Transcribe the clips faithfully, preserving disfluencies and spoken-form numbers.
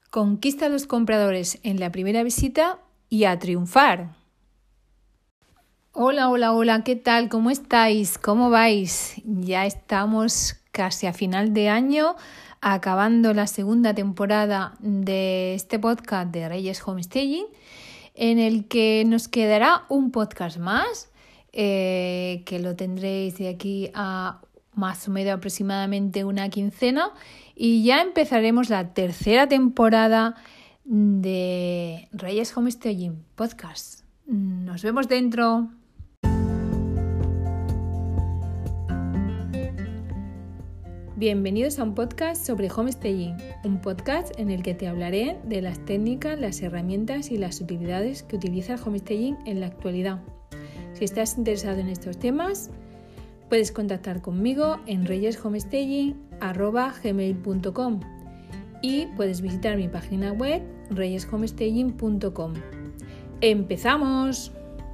Conquista a los compradores en la primera visita y a triunfar. Hola, hola, hola, ¿qué tal? ¿Cómo estáis? ¿Cómo vais? Ya estamos casi a final de año, acabando la segunda temporada de este podcast de Reyes Homestaging, en el que nos quedará un podcast más, eh, que lo tendréis de aquí a más o menos aproximadamente una quincena, y ya empezaremos la tercera temporada de Reyes Homestaging Podcast. Nos vemos dentro. Bienvenidos a un podcast sobre homestaging, un podcast en el que te hablaré de las técnicas, las herramientas y las utilidades que utiliza el homestaging en la actualidad. Si estás interesado en estos temas, puedes contactar conmigo en reyeshomestaging arroba gmail punto com y puedes visitar mi página web reyeshomestaging punto com. ¡Empezamos!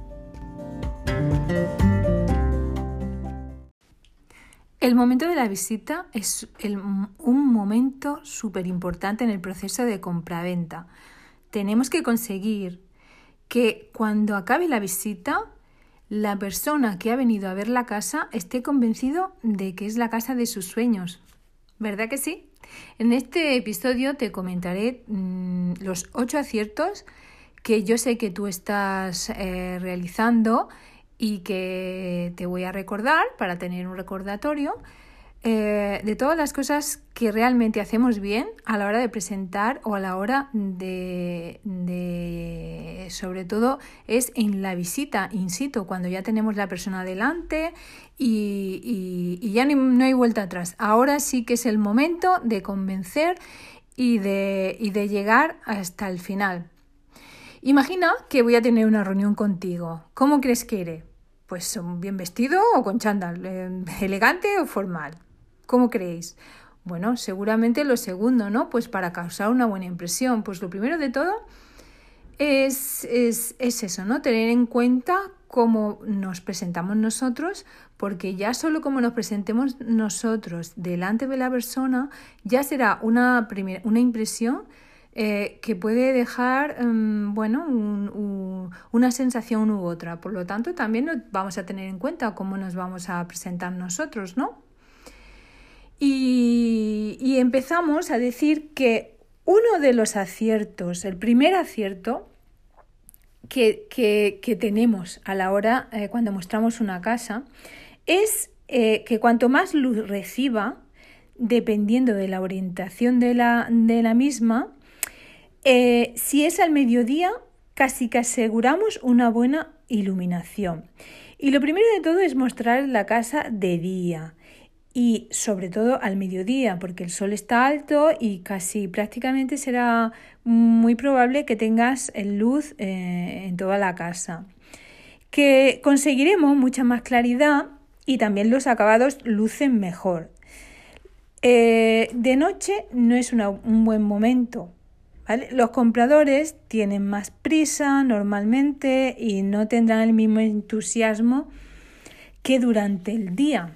El momento de la visita es el, un momento súper importante en el proceso de compraventa. Tenemos que conseguir que cuando acabe la visita, la persona que ha venido a ver la casa esté convencido de que es la casa de sus sueños. ¿Verdad que sí? En este episodio te comentaré mmm, los ocho aciertos que yo sé que tú estás eh, realizando y que te voy a recordar para tener un recordatorio eh, de todas las cosas que realmente hacemos bien a la hora de presentar o a la hora de, de sobre todo es en la visita in situ, cuando ya tenemos la persona delante y, y, y ya no, no hay vuelta atrás. Ahora sí que es el momento de convencer y de, y de llegar hasta el final. Imagina que voy a tener una reunión contigo. ¿Cómo crees que iré? Pues bien vestido o con chándal, elegante o formal. ¿Cómo creéis? Bueno, seguramente lo segundo, ¿no? Pues para causar una buena impresión. Pues lo primero de todo es, es, es eso, ¿no? Tener en cuenta cómo nos presentamos nosotros, porque ya solo como nos presentemos nosotros delante de la persona, ya será una, primer, una impresión Eh, que puede dejar um, bueno, un, un, una sensación u otra. Por lo tanto, también vamos a tener en cuenta cómo nos vamos a presentar nosotros, ¿no? Y, y empezamos a decir que uno de los aciertos, el primer acierto que, que, que tenemos a la hora, eh, cuando mostramos una casa, es eh, que cuanto más luz reciba, dependiendo de la orientación de la, de la misma, Eh, si es al mediodía, casi que aseguramos una buena iluminación. Y lo primero de todo es mostrar la casa de día y sobre todo al mediodía, porque el sol está alto y casi prácticamente será muy probable que tengas luz eh, en toda la casa. Que conseguiremos mucha más claridad y también los acabados lucen mejor. Eh, de noche no es una, un buen momento. ¿Vale? Los compradores tienen más prisa normalmente y no tendrán el mismo entusiasmo que durante el día.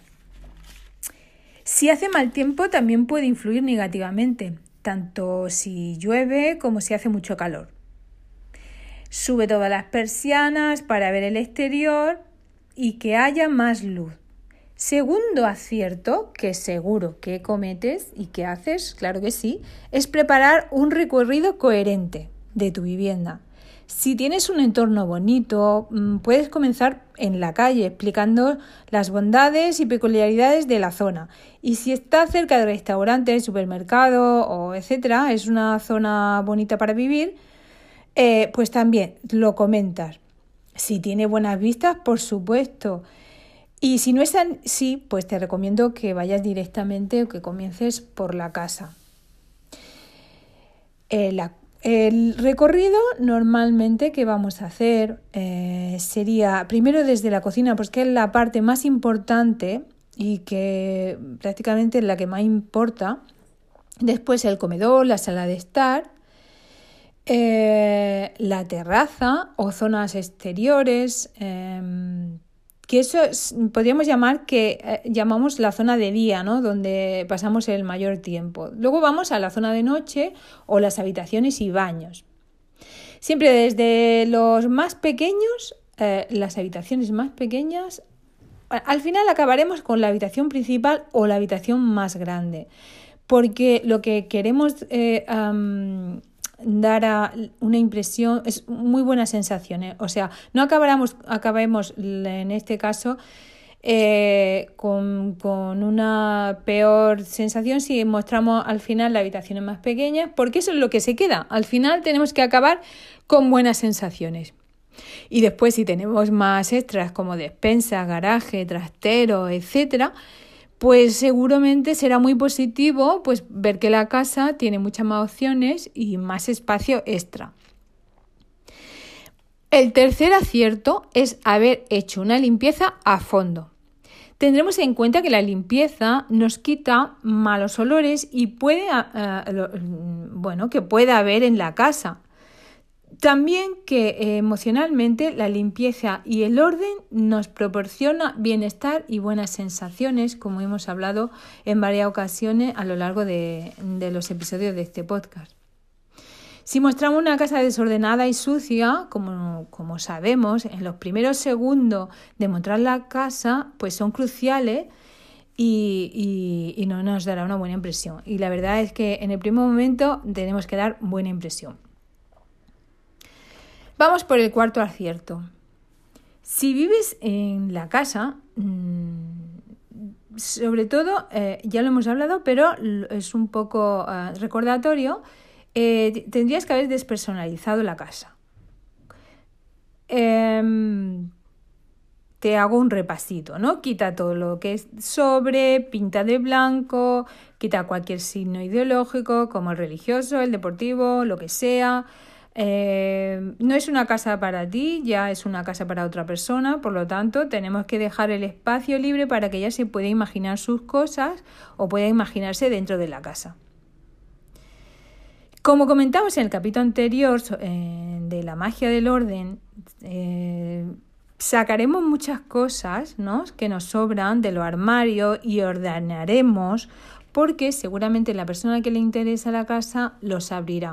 Si hace mal tiempo también puede influir negativamente, tanto si llueve como si hace mucho calor. Sube todas las persianas para ver el exterior y que haya más luz. Segundo acierto, que seguro que cometes y que haces, claro que sí, es preparar un recorrido coherente de tu vivienda. Si tienes un entorno bonito, puedes comenzar en la calle explicando las bondades y peculiaridades de la zona. Y si está cerca de restaurantes, supermercado o etcétera, es una zona bonita para vivir, eh, pues también lo comentas. Si tiene buenas vistas, por supuesto. Y si no es así, pues te recomiendo que vayas directamente o que comiences por la casa. Eh, la, el recorrido normalmente que vamos a hacer eh, sería primero desde la cocina, pues que es la parte más importante y que prácticamente es la que más importa. Después el comedor, la sala de estar, eh, la terraza o zonas exteriores, eh, que eso es, podríamos llamar que eh, llamamos la zona de día, ¿no? Donde pasamos el mayor tiempo. Luego vamos a la zona de noche o las habitaciones y baños. Siempre desde los más pequeños, eh, las habitaciones más pequeñas, al final acabaremos con la habitación principal o la habitación más grande, porque lo que queremos eh, um, dar a una impresión es muy buenas sensaciones. O sea, no acabaremos, acabemos en este caso eh, con, con una peor sensación si mostramos al final las habitaciones más pequeñas, porque eso es lo que se queda. Al final tenemos que acabar con buenas sensaciones. Y después, si tenemos más extras como despensa, garaje, trastero, etcétera, pues seguramente será muy positivo pues ver que la casa tiene muchas más opciones y más espacio extra. El tercer acierto es haber hecho una limpieza a fondo. Tendremos en cuenta que la limpieza nos quita malos olores y puede, uh, bueno, que pueda haber en la casa. También que eh, emocionalmente la limpieza y el orden nos proporciona bienestar y buenas sensaciones, como hemos hablado en varias ocasiones a lo largo de, de los episodios de este podcast. Si mostramos una casa desordenada y sucia, como, como sabemos, en los primeros segundos de mostrar la casa, pues son cruciales y, y, y no nos dará una buena impresión. Y la verdad es que en el primer momento tenemos que dar buena impresión. Vamos por el cuarto acierto. Si vives en la casa, sobre todo, eh, ya lo hemos hablado, pero es un poco uh, recordatorio, eh, tendrías que haber despersonalizado la casa. Eh, te hago un repasito, ¿no? Quita todo lo que es sobre, pinta de blanco, quita cualquier signo ideológico, como el religioso, el deportivo, lo que sea. Eh, no es una casa para ti, ya es una casa para otra persona, por lo tanto tenemos que dejar el espacio libre para que ella se pueda imaginar sus cosas o pueda imaginarse dentro de la casa. Como comentamos en el capítulo anterior eh, de la magia del orden, eh, sacaremos muchas cosas, ¿no?, que nos sobran de los armarios y ordenaremos porque seguramente la persona que le interesa la casa los abrirá.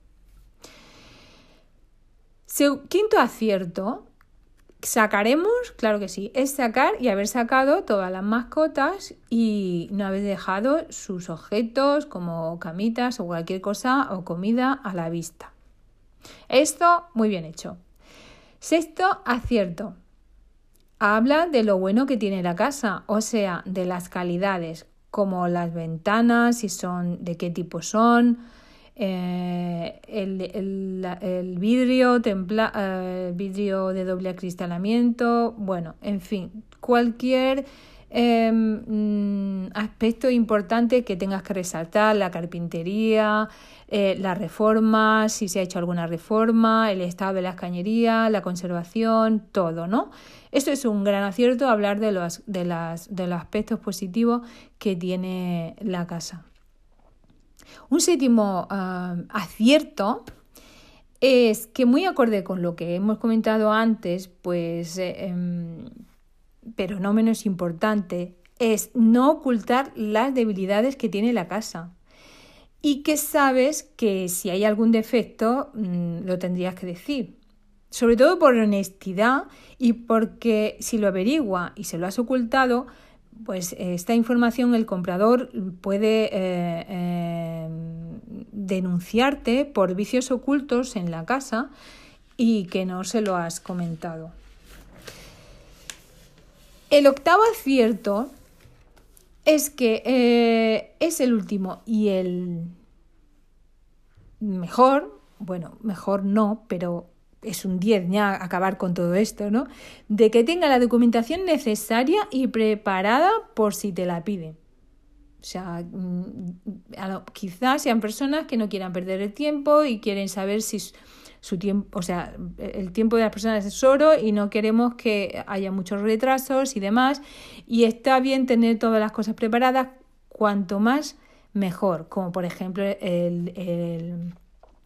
Quinto acierto, sacaremos, claro que sí, es sacar y haber sacado todas las mascotas y no haber dejado sus objetos como camitas o cualquier cosa o comida a la vista. Esto muy bien hecho. Sexto acierto, habla de lo bueno que tiene la casa, o sea, de las calidades, como las ventanas, si son, de qué tipo son, Eh, el, el, el vidrio templa, eh, vidrio de doble acristalamiento, bueno, en fin, cualquier eh, mm, aspecto importante que tengas que resaltar, la carpintería, eh, la reforma, si se ha hecho alguna reforma, el estado de las cañerías, la conservación, todo, ¿no? Esto es un gran acierto, hablar de los, de las, de los aspectos positivos que tiene la casa. Un séptimo uh, acierto es que, muy acorde con lo que hemos comentado antes, pues, eh, eh, pero no menos importante, es no ocultar las debilidades que tiene la casa y que sabes que si hay algún defecto mmm, lo tendrías que decir. Sobre todo por honestidad y porque si lo averigua y se lo has ocultado, pues esta información el comprador puede eh, eh, denunciarte por vicios ocultos en la casa y que no se lo has comentado. El octavo acierto es que eh, es el último y el mejor, bueno, mejor no, pero es un diez ya acabar con todo esto, ¿no? De que tenga la documentación necesaria y preparada por si te la piden. O sea, quizás sean personas que no quieran perder el tiempo y quieren saber si su tiempo, o sea, el tiempo de las personas es oro y no queremos que haya muchos retrasos y demás. Y está bien tener todas las cosas preparadas, cuanto más mejor, como por ejemplo el, el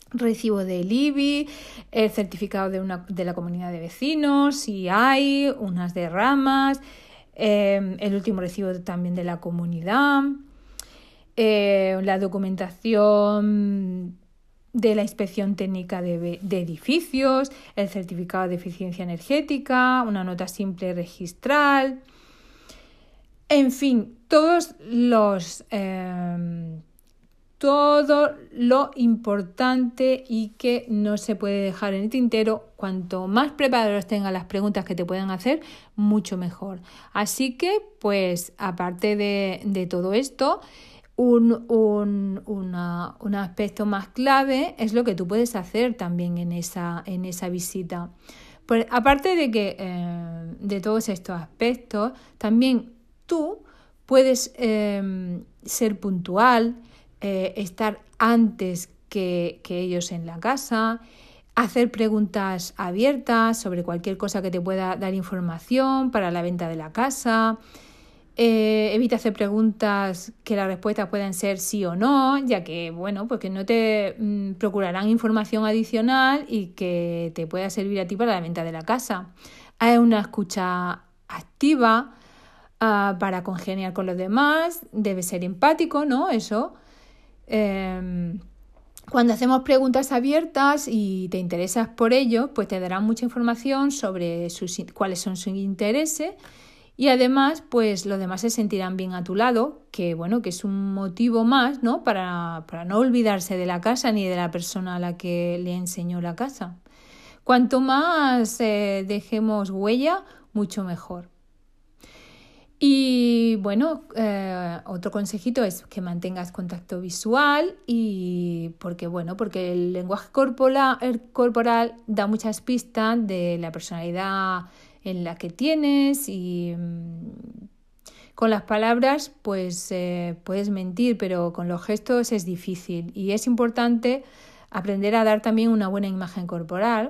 recibo del I B I, el certificado de, una, de la comunidad de vecinos, si hay, unas derramas, eh, el último recibo también de la comunidad, eh, la documentación de la inspección técnica de, de edificios, el certificado de eficiencia energética, una nota simple registral, en fin, todos los... Eh, todo lo importante y que no se puede dejar en el tintero. Cuanto más preparados tengan las preguntas que te puedan hacer, mucho mejor. Así que, pues, aparte de, de todo esto, un, un, una, un aspecto más clave es lo que tú puedes hacer también en esa, en esa visita. Pues, aparte de que eh, de todos estos aspectos, también tú puedes eh, ser puntual, Eh, estar antes que, que ellos en la casa, hacer preguntas abiertas sobre cualquier cosa que te pueda dar información para la venta de la casa. Eh, evita hacer preguntas que las respuestas puedan ser sí o no, ya que, bueno, pues que no te mmm, procurarán información adicional y que te pueda servir a ti para la venta de la casa. Hay una escucha activa uh, para congeniar con los demás, debe ser empático, ¿no? Eso. Eh, cuando hacemos preguntas abiertas y te interesas por ello, pues te darán mucha información sobre sus, cuáles son sus intereses y además pues los demás se sentirán bien a tu lado, que bueno, que es un motivo más, ¿no? para, para no olvidarse de la casa ni de la persona a la que le enseñó la casa. Cuanto más eh, dejemos huella, mucho mejor. Y bueno, eh, otro consejito es que mantengas contacto visual y porque bueno, porque el lenguaje corporal, el corporal da muchas pistas de la personalidad en la que tienes y mmm, con las palabras pues eh, puedes mentir, pero con los gestos es difícil y es importante aprender a dar también una buena imagen corporal.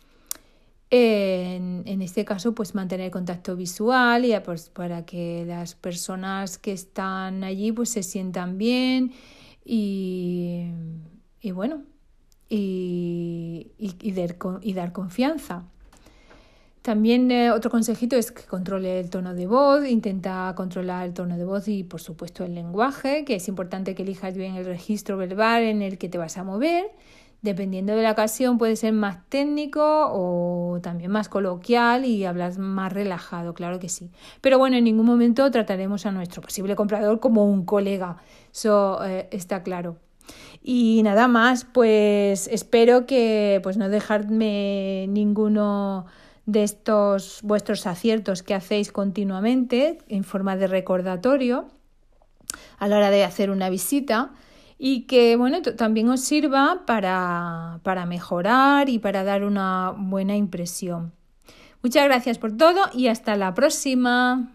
En, en este caso, pues mantener contacto visual y pues, para que las personas que están allí pues se sientan bien y, y bueno, y, y, y, dar, y dar confianza. También eh, otro consejito es que controle el tono de voz, intenta controlar el tono de voz y por supuesto el lenguaje, que es importante que elijas bien el registro verbal en el que te vas a mover. Dependiendo de la ocasión puede ser más técnico o también más coloquial y hablas más relajado, claro que sí. Pero bueno, en ningún momento trataremos a nuestro posible comprador como un colega, eso eh, está claro. Y nada más, pues espero que pues no dejarme ninguno de estos vuestros aciertos que hacéis continuamente en forma de recordatorio a la hora de hacer una visita. Y que bueno, t- también os sirva para, para mejorar y para dar una buena impresión. Muchas gracias por todo y hasta la próxima.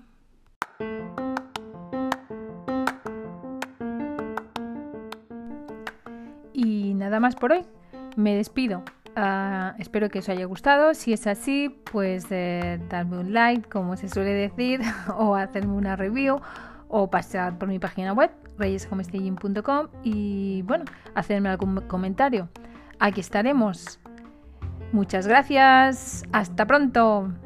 Y nada más por hoy. Me despido. Uh, espero que os haya gustado. Si es así, pues eh, dadme un like, como se suele decir, o hacerme una review, o pasar por mi página web reyes home staging punto com y bueno, hacerme algún comentario. Aquí estaremos. Muchas gracias. Hasta pronto.